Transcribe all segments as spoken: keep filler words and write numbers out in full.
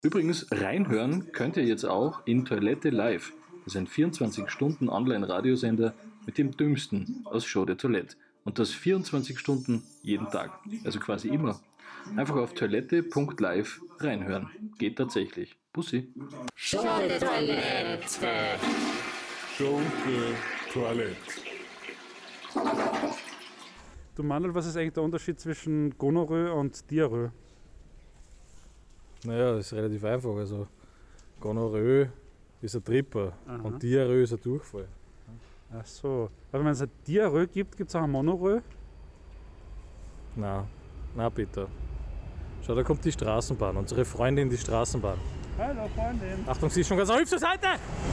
Übrigens, reinhören könnt ihr jetzt auch in Toilette Live. Das ist ein vierundzwanzig Stunden Online-Radiosender mit dem Dümmsten aus Show de Toilette. Und das vierundzwanzig Stunden jeden Tag. Also quasi immer. Einfach auf toilette punkt live reinhören. Geht tatsächlich. Bussi. Show de Toilette. Show de Toilette. Du Manuel, was ist eigentlich der Unterschied zwischen Gonorrhoe und Diarrhoe? Naja, das ist relativ einfach. Also Gonorrhoe ist ein Tripper. Aha. Und Diarrhoe ist ein Durchfall. Ach so. Aber wenn es eine Diarrhoe gibt, gibt es auch eine Monorrhoe? Nein, nein bitte. Schau, da kommt die Straßenbahn, unsere Freundin die Straßenbahn. Hallo Freundin. Achtung, sie ist schon ganz hübsch zur Seite!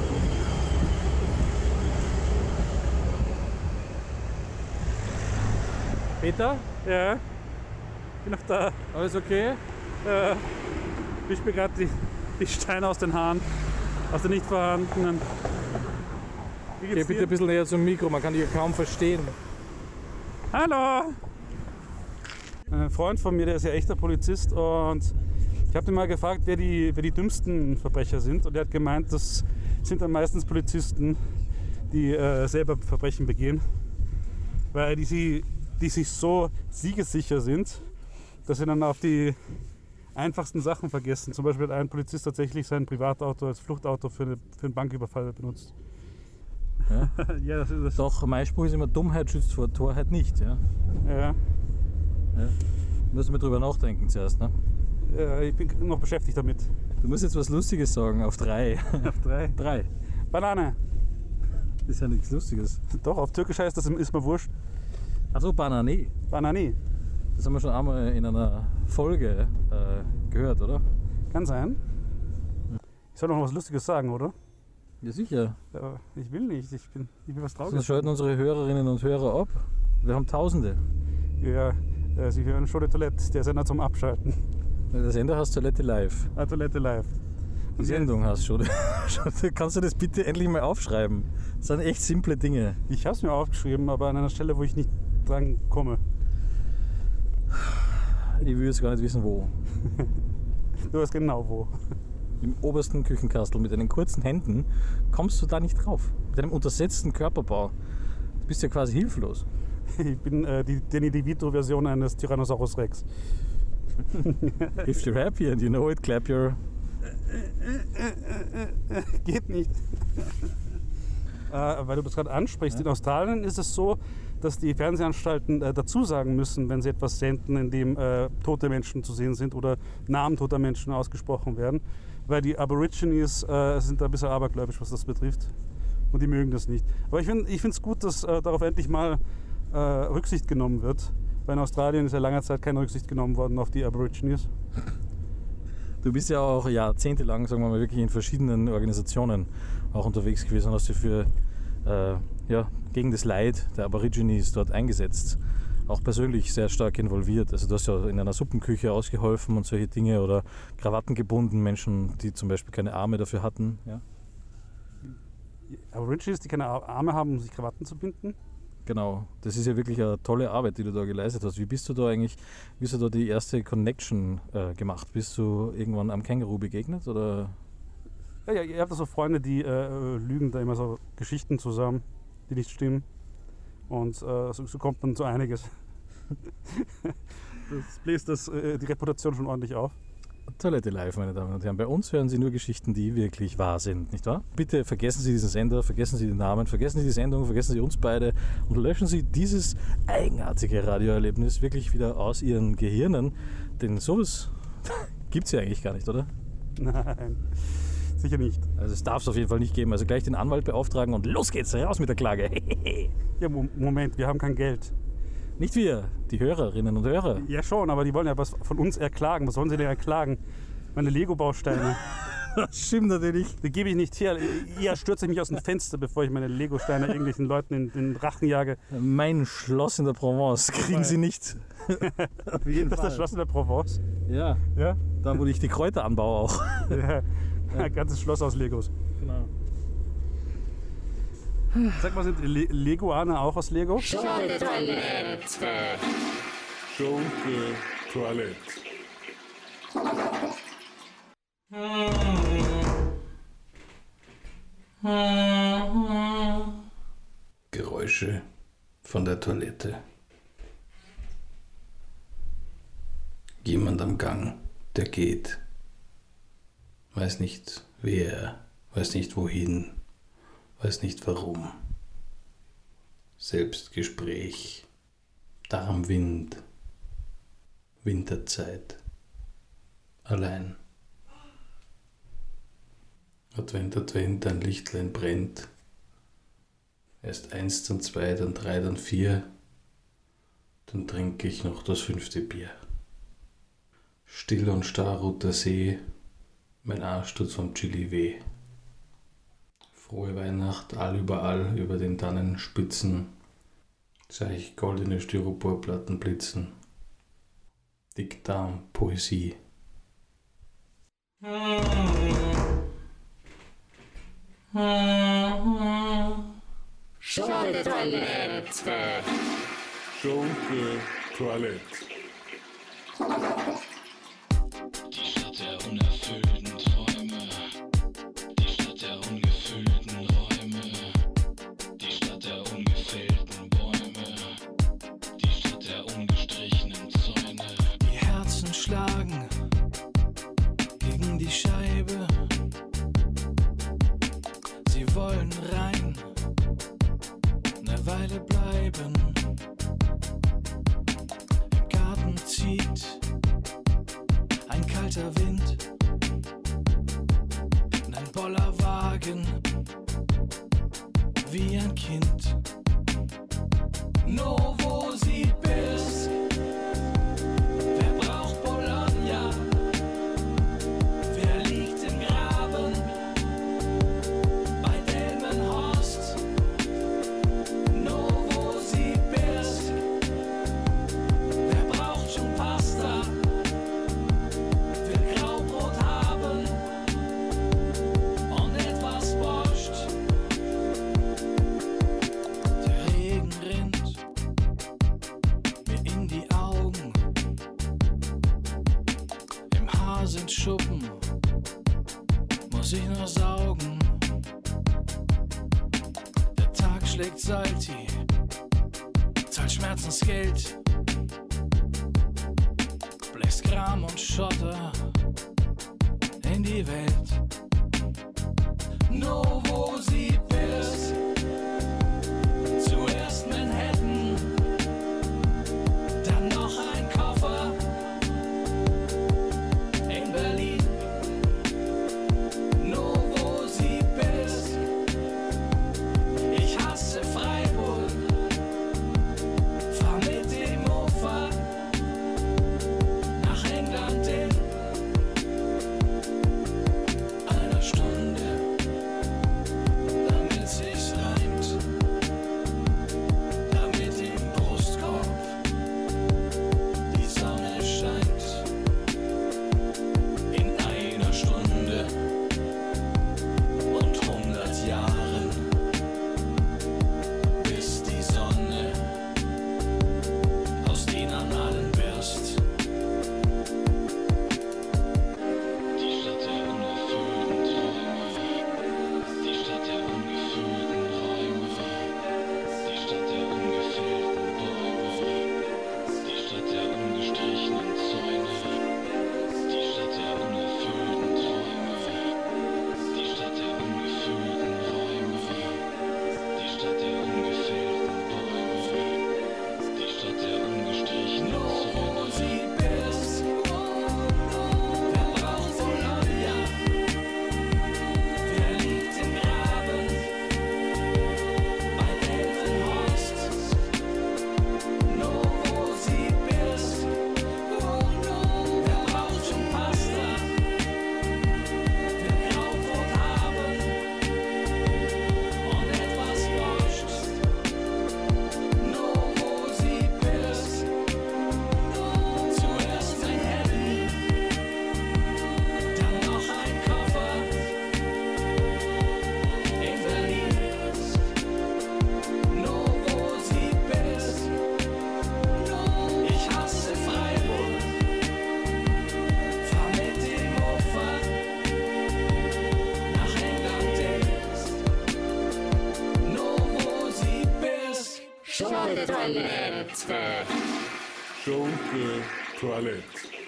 Peter? Ja? Bin noch da. Alles okay? Ja. Ich mir gerade die, die Steine aus den Haaren, aus den nicht vorhandenen. Geh bitte ein bisschen näher zum Mikro, man kann dich kaum verstehen. Hallo! Ein Freund von mir, der ist ja echter Polizist und ich habe ihn mal gefragt, wer die, wer die dümmsten Verbrecher sind und er hat gemeint, das sind dann meistens Polizisten, die äh, selber Verbrechen begehen, weil die, die sich so siegessicher sind, dass sie dann auf die einfachsten Sachen vergessen. Zum Beispiel hat ein Polizist tatsächlich sein Privatauto als Fluchtauto für, eine, für einen Banküberfall benutzt. Ja, ja, das ist das. Doch, mein Spruch ist immer, Dummheit schützt vor Torheit nicht. Ja. Ja. Ja. Müssen wir drüber nachdenken zuerst. Ne? Ja, ich bin noch beschäftigt damit. Du musst jetzt was Lustiges sagen, auf drei. Auf drei? Drei. Banane. Das ist ja nichts Lustiges. Doch, auf Türkisch heißt das, ist mir wurscht. Achso, Banane. Banane. Das haben wir schon einmal in einer Folge äh, gehört, oder? Kann sein. Ich soll noch was Lustiges sagen, oder? Ja, sicher. Ja, ich will nicht, ich bin, ich bin was Trauriges. Sonst schalten unsere Hörerinnen und Hörer ab. Wir haben Tausende. Ja, äh, sie hören Show de Toilette, der Sender zum Abschalten. Der Sender heißt Toilette Live. Ah, Toilette Live. Die Sendung heißt Show de Kannst du das bitte endlich mal aufschreiben? Das sind echt simple Dinge. Ich habe es mir aufgeschrieben, aber an einer Stelle, wo ich nicht dran komme. Ich will jetzt gar nicht wissen, wo. Du weißt genau wo. Im obersten Küchenkastel mit deinen kurzen Händen kommst du da nicht drauf. Mit deinem untersetzten Körperbau. Du bist ja quasi hilflos. Ich bin äh, die Danny DeVito-Version eines Tyrannosaurus Rex. If you're happy and you know it, clap your... Geht nicht. äh, weil du das gerade ansprichst, ja. In Australien ist es so, dass die Fernsehanstalten äh, dazu sagen müssen, wenn sie etwas senden, in dem äh, tote Menschen zu sehen sind oder Namen toter Menschen ausgesprochen werden. Weil die Aborigines äh, sind da ein bisschen abergläubisch, was das betrifft. Und die mögen das nicht. Aber ich finde ich finde es gut, dass äh, darauf endlich mal äh, Rücksicht genommen wird. Weil in Australien ist ja lange Zeit keine Rücksicht genommen worden auf die Aborigines. Du bist ja auch jahrzehntelang, sagen wir mal, wirklich in verschiedenen Organisationen auch unterwegs gewesen und hast dich für, äh, ja, gegen das Leid der Aborigines dort eingesetzt. Auch persönlich sehr stark involviert. Also du hast ja in einer Suppenküche ausgeholfen und solche Dinge oder Krawatten gebunden, Menschen, die zum Beispiel keine Arme dafür hatten. Ja? Aborigines, die keine Arme haben, um sich Krawatten zu binden? Genau, das ist ja wirklich eine tolle Arbeit, die du da geleistet hast. Wie bist du da eigentlich, wie hast du da die erste Connection äh, gemacht? Bist du irgendwann am Känguru begegnet? Oder? Ja, ja, ihr habt da so Freunde, die äh, lügen da immer so Geschichten zusammen, die nicht stimmen. Und äh, so, so kommt dann so einiges. Das bläst das, äh, die Reputation schon ordentlich auf. Toilette Live, meine Damen und Herren. Bei uns hören Sie nur Geschichten, die wirklich wahr sind, nicht wahr? Bitte vergessen Sie diesen Sender, vergessen Sie den Namen, vergessen Sie die Sendung, vergessen Sie uns beide und löschen Sie dieses eigenartige Radioerlebnis wirklich wieder aus Ihren Gehirnen. Denn sowas gibt es ja eigentlich gar nicht, oder? Nein, sicher nicht. Also es darf es auf jeden Fall nicht geben. Also gleich den Anwalt beauftragen und los geht's, raus mit der Klage. Ja, Moment, wir haben kein Geld. Nicht wir, die Hörerinnen und Hörer. Ja schon, aber die wollen ja was von uns erklagen. Was wollen sie denn erklagen? Meine Lego-Bausteine. Das stimmt natürlich. Die gebe ich nicht her. Eher stürze ich mich aus dem Fenster, bevor ich meine Lego-Steine irgendwelchen Leuten in den Rachen jage. Mein Schloss in der Provence kriegen Sie nicht. Auf jeden das ist das Schloss in der Provence? Ja. Ja. Da, wo ich die Kräuter anbaue auch. Ja. Ein ganzes Schloss aus Legos. Genau. Sag mal, sind Le- Leguane auch aus Lego? Show de Toilette. Show de Toilette. Geräusche von der Toilette. Jemand am Gang, der geht. Weiß nicht wer, weiß nicht wohin, weiß nicht warum. Selbstgespräch, Darmwind, Winterzeit, allein. Advent, Advent, ein Lichtlein brennt. Erst eins, dann zwei, dann drei, dann vier. Dann trinke ich noch das fünfte Bier. Still und starr ruht der See, mein Arsch tut vom Chili weh. Frohe Weihnacht, allüberall über den Tannenspitzen sah ich goldene Styroporplatten blitzen. Dickdarm, Poesie. Show de Toilette. Show de Toilette. Die Stadt der unerfüllten Träume, die Stadt der ungefüllten Räume, die Stadt der ungefällten Bäume, die Stadt der ungestrichenen Zäune. Die Herzen schlagen gegen die Scheibe, sie wollen rein, eine Weile bleiben. Im Garten zieht ein kalter Wind, ein Bollerwagen wie ein Kind. Novosibirsk, wer braucht Bologna? Wer liegt im Graben bei Delmenhorst? Novosibirsk, wer braucht schon Pasta? Will Graubrot haben und etwas Borscht. Der Regen rinnt mir in die Augen. Im Haar sind Schuppen, muss ich noch saugen. Der Tag schlägt Salti, zahlt Schmerzensgeld. Bläst Kram und Schotter in die Welt. Novosibirsk, zuerst Manhattan, dann noch ein Koffer in Berlin. Novosibirsk, ich hasse Freiburg, fahr mit dem Mofa nach England in einer Stunde. Schunke Toilette. Schunke Toilette.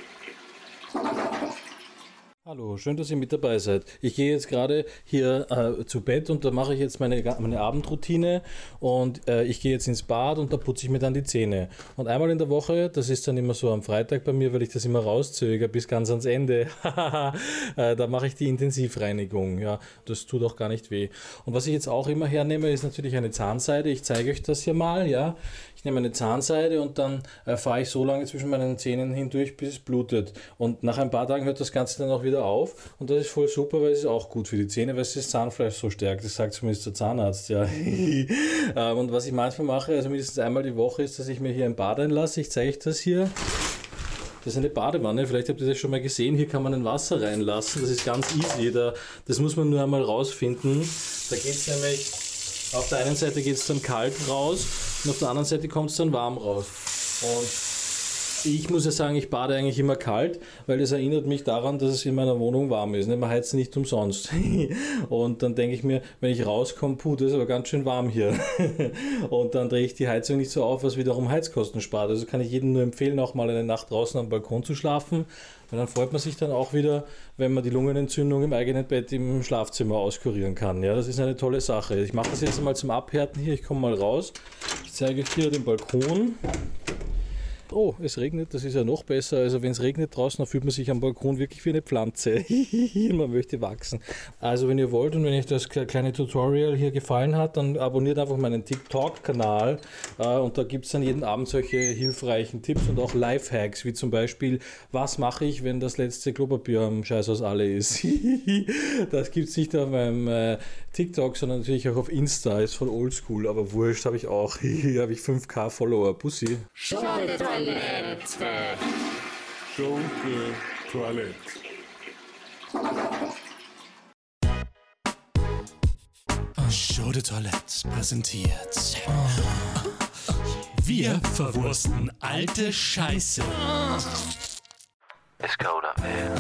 Hallo, schön, dass ihr mit dabei seid. Ich gehe jetzt gerade hier äh, zu Bett und da mache ich jetzt meine, meine Abendroutine und äh, ich gehe jetzt ins Bad und da putze ich mir dann die Zähne. Und einmal in der Woche, das ist dann immer so am Freitag bei mir, weil ich das immer rauszögere bis ganz ans Ende, äh, da mache ich die Intensivreinigung. Ja, das tut auch gar nicht weh. Und was ich jetzt auch immer hernehme, ist natürlich eine Zahnseide. Ich zeige euch das hier mal, ja. Ich nehme eine Zahnseide und dann äh, fahre ich so lange zwischen meinen Zähnen hindurch, bis es blutet. Und nach ein paar Tagen hört das Ganze dann auch wieder auf. Und das ist voll super, weil es ist auch gut für die Zähne, weil es das Zahnfleisch so stärkt. Das sagt zumindest der Zahnarzt, ja. ähm, und was ich manchmal mache, also mindestens einmal die Woche, ist, dass ich mir hier ein Bad einlasse. Ich zeige euch das hier. Das ist eine Badewanne, vielleicht habt ihr das schon mal gesehen. Hier kann man ein Wasser reinlassen. Das ist ganz easy. Da, das muss man nur einmal rausfinden. Da geht es nämlich, auf der einen Seite geht es dann kalt raus und auf der anderen Seite kommt es dann warm raus. Und ich muss ja sagen, ich bade eigentlich immer kalt, weil das erinnert mich daran, dass es in meiner Wohnung warm ist. Man heizt nicht umsonst. Und dann denke ich mir, wenn ich rauskomme, puh, das ist aber ganz schön warm hier. Und dann drehe ich die Heizung nicht so auf, was wiederum Heizkosten spart. Also kann ich jedem nur empfehlen, auch mal eine Nacht draußen am Balkon zu schlafen. Weil dann freut man sich dann auch wieder, wenn man die Lungenentzündung im eigenen Bett im Schlafzimmer auskurieren kann. Ja, das ist eine tolle Sache. Ich mache das jetzt mal zum Abhärten hier. Ich komme mal raus. Ich zeige euch hier den Balkon. Oh, es regnet, das ist ja noch besser. Also wenn es regnet draußen, dann fühlt man sich am Balkon wirklich wie eine Pflanze. Man möchte wachsen. Also wenn ihr wollt und wenn euch das kleine Tutorial hier gefallen hat, dann abonniert einfach meinen TikTok-Kanal. Und da gibt es dann jeden Abend solche hilfreichen Tipps und auch Lifehacks, wie zum Beispiel, was mache ich, wenn das letzte Klopapier am Scheiß aus alle ist. Das gibt es nicht auf meinem TikTok, sondern natürlich auch auf Insta. Ist voll oldschool, aber wurscht, habe ich auch. Hier habe ich fünf K Follower. Pussy. Schunke Toilette. Schunke Toilette. Show de Toilette präsentiert. Wir verwursten alte Scheiße. It's cold up here.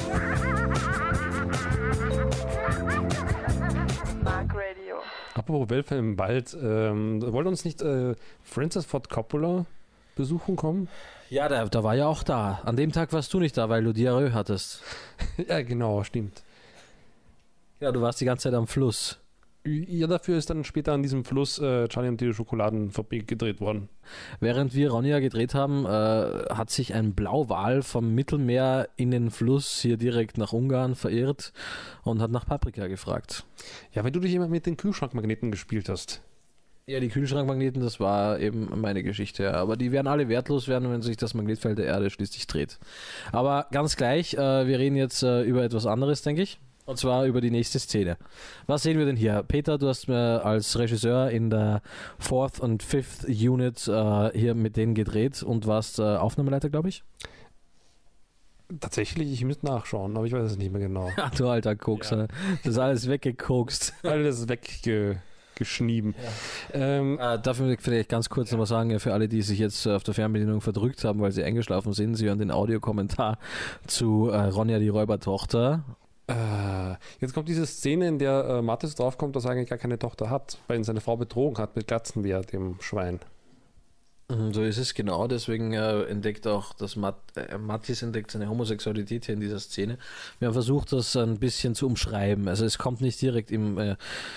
Mark Radio. Apropos Welpe im Wald, ähm, wollte uns nicht äh, Francis Ford Coppola besuchen kommen? Ja, der, der war ja auch da. An dem Tag warst du nicht da, weil du Diarrhoe hattest. Ja, genau, stimmt. Ja, du warst die ganze Zeit am Fluss. Ja, dafür ist dann später an diesem Fluss äh, Charlie und die Schokoladenfabrik gedreht worden. Während wir Ronja gedreht haben, äh, hat sich ein Blauwal vom Mittelmeer in den Fluss hier direkt nach Ungarn verirrt und hat nach Paprika gefragt. Ja, weil du dich immer mit den Kühlschrankmagneten gespielt hast. Ja, die Kühlschrankmagneten, das war eben meine Geschichte. Ja. Aber die werden alle wertlos werden, wenn sich das Magnetfeld der Erde schließlich dreht. Aber ganz gleich, äh, wir reden jetzt äh, über etwas anderes, denke ich. Und zwar über die nächste Szene. Was sehen wir denn hier? Peter, du hast mir als Regisseur in der Fourth und Fifth Unit äh, hier mit denen gedreht und warst äh, Aufnahmeleiter, glaube ich? Tatsächlich, ich müsste nachschauen, aber ich weiß es nicht mehr genau. Ach du alter Koks, ja. Das ist alles weggekokst. Alles wegge... geschnieben. Ja. Ähm, äh, darf ich vielleicht ganz kurz ja. noch mal sagen, für alle, die sich jetzt auf der Fernbedienung verdrückt haben, weil sie eingeschlafen sind, sie hören den Audiokommentar zu äh, Ronja die Räubertochter. Äh, jetzt kommt diese Szene, in der äh, Mathis draufkommt, dass er eigentlich gar keine Tochter hat, weil ihn seine Frau betrogen hat mit Glatzenbär, dem Schwein. So ist es genau, deswegen äh, entdeckt auch das Mat äh, Mathis entdeckt seine Homosexualität hier in dieser Szene. Wir haben versucht, das ein bisschen zu umschreiben. Also es kommt nicht direkt im äh,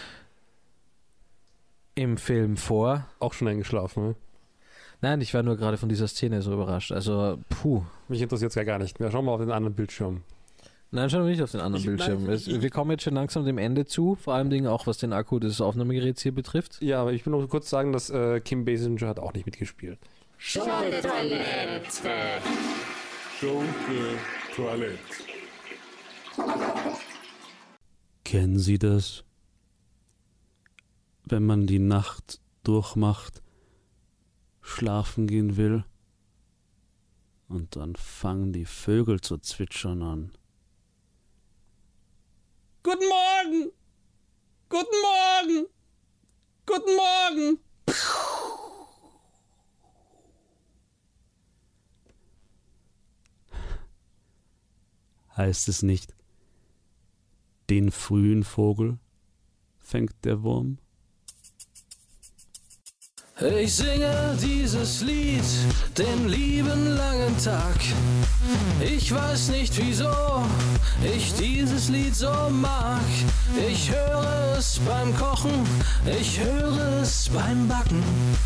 im Film vor. Auch schon eingeschlafen, ne? Nein, ich war nur gerade von dieser Szene so überrascht. Also, puh. Mich interessiert es ja gar nicht mehr. Schauen wir auf den anderen Bildschirm. Nein, schauen wir nicht auf den anderen ich, Bildschirm. Nein, ich, wir kommen jetzt schon langsam dem Ende zu, vor allem Dingen auch, was den Akku des Aufnahmegeräts hier betrifft. Ja, aber ich will noch kurz sagen, dass äh, Kim Basinger hat auch nicht mitgespielt. Schunke Toilette. Schunke Toilette. Kennen Sie das? Wenn man die Nacht durchmacht, schlafen gehen will und dann fangen die Vögel zu zwitschern an. Guten Morgen! Guten Morgen! Guten Morgen! Heißt es nicht, den frühen Vogel fängt der Wurm? Ich singe dieses Lied den lieben langen Tag. Ich weiß nicht wieso ich dieses Lied so mag. Ich höre es beim Kochen, ich höre es beim Backen.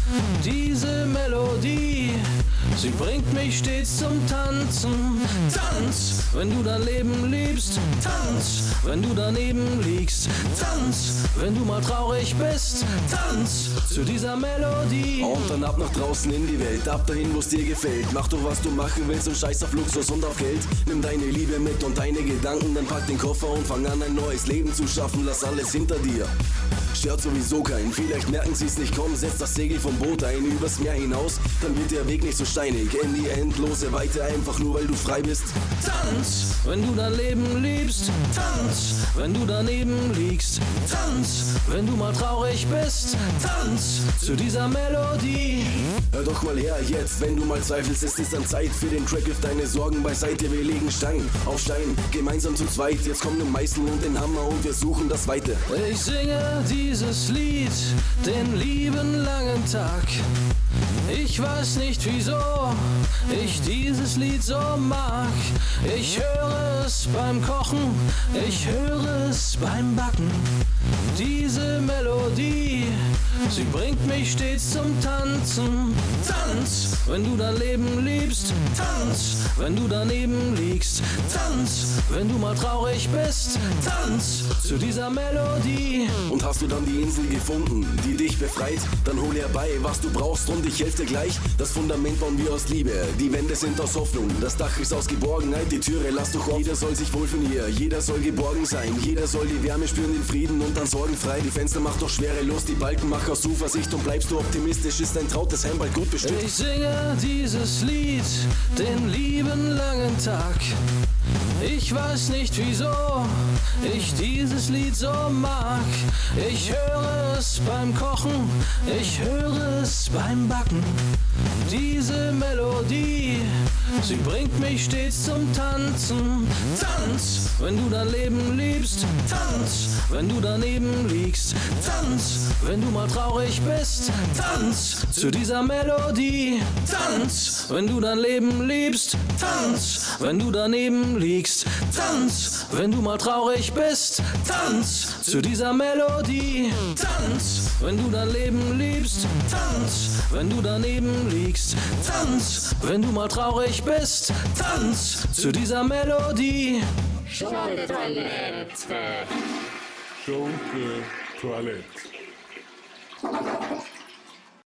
Diese Melodie, sie bringt mich stets zum Tanzen. Tanz, wenn du dein Leben liebst. Tanz, wenn du daneben liegst. Tanz, wenn du mal traurig bist. Tanz zu dieser Melodie. Und dann ab nach draußen in die Welt, ab dahin, wo's dir gefällt. Mach doch, was du machen willst und scheiß auf Luxus und auf Geld. Nimm deine Liebe mit und deine Gedanken, dann pack den Koffer und fang an, ein neues Leben zu schaffen. Lass alles hinter dir. Stört sowieso keinen, vielleicht merken sie's nicht kommen. Setz das Segel vom Boot ein, übers Meer hinaus, dann wird der Weg nicht so steinig. In die endlose Weite, einfach nur, weil du frei bist. Tanz, wenn du dein Leben liebst. Tanz, wenn du daneben liegst. Tanz, wenn du mal traurig bist. Tanz zu dieser Melodie. Hör doch mal her jetzt, wenn du mal zweifelst, es ist dann Zeit für den Track. Wirf deine Sorgen beiseite, wir legen Stein auf Stein, gemeinsam zu zweit. Jetzt kommen den Meißel und den Hammer und wir suchen das Weite. Ich singe dieses Lied den lieben langen Tag. Ich weiß nicht wieso ich dieses Lied so mag. Ich höre es beim Kochen, ich höre es beim Backen. Diese Melodie, sie bringt mich stets zum Tanzen. Tanz, wenn du dein Leben liebst. Tanz, wenn du daneben liegst. Tanz, wenn du mal traurig bist. Tanz zu dieser Melodie. Und hast du dann die Insel gefunden, die dich befreit, dann hol herbei, was du brauchst und ich helfe dir gleich. Das Fundament bauen wir aus Liebe, die Wände sind aus Hoffnung, das Dach ist aus Geborgenheit, die Türe lass doch offen. Jeder soll sich wohlfühlen hier, jeder soll geborgen sein, jeder soll die Wärme spüren, den Frieden und dann sorgenfrei. Die Fenster macht doch schwerelos, die Balken mach aus Zuversicht und bleibst du optimistisch, ist dein trautes Heim bald gut bestimmt. Ich singe dieses Lied den lieben langen Tag. Ich weiß nicht wieso ich dieses Lied so mag. Ich höre es beim Kochen, ich höre es beim Backen. Diese Melodie, sie bringt mich stets zum Tanzen. Tanz, wenn du dein Leben liebst. Tanz, wenn du daneben liegst. Tanz, wenn du mal traurig bist. Tanz zu dieser Melodie. Tanz, wenn du dein Leben liebst. Tanz, wenn du daneben liegst. Tanz, wenn du mal traurig bist. Tanz zu dieser Melodie. Tanz, wenn du dein Leben liebst. Tanz, wenn du daneben liegst. Tanz, wenn du mal traurig bist. Tanz zu dieser Melodie. Show de Toilette. Show de Toilette.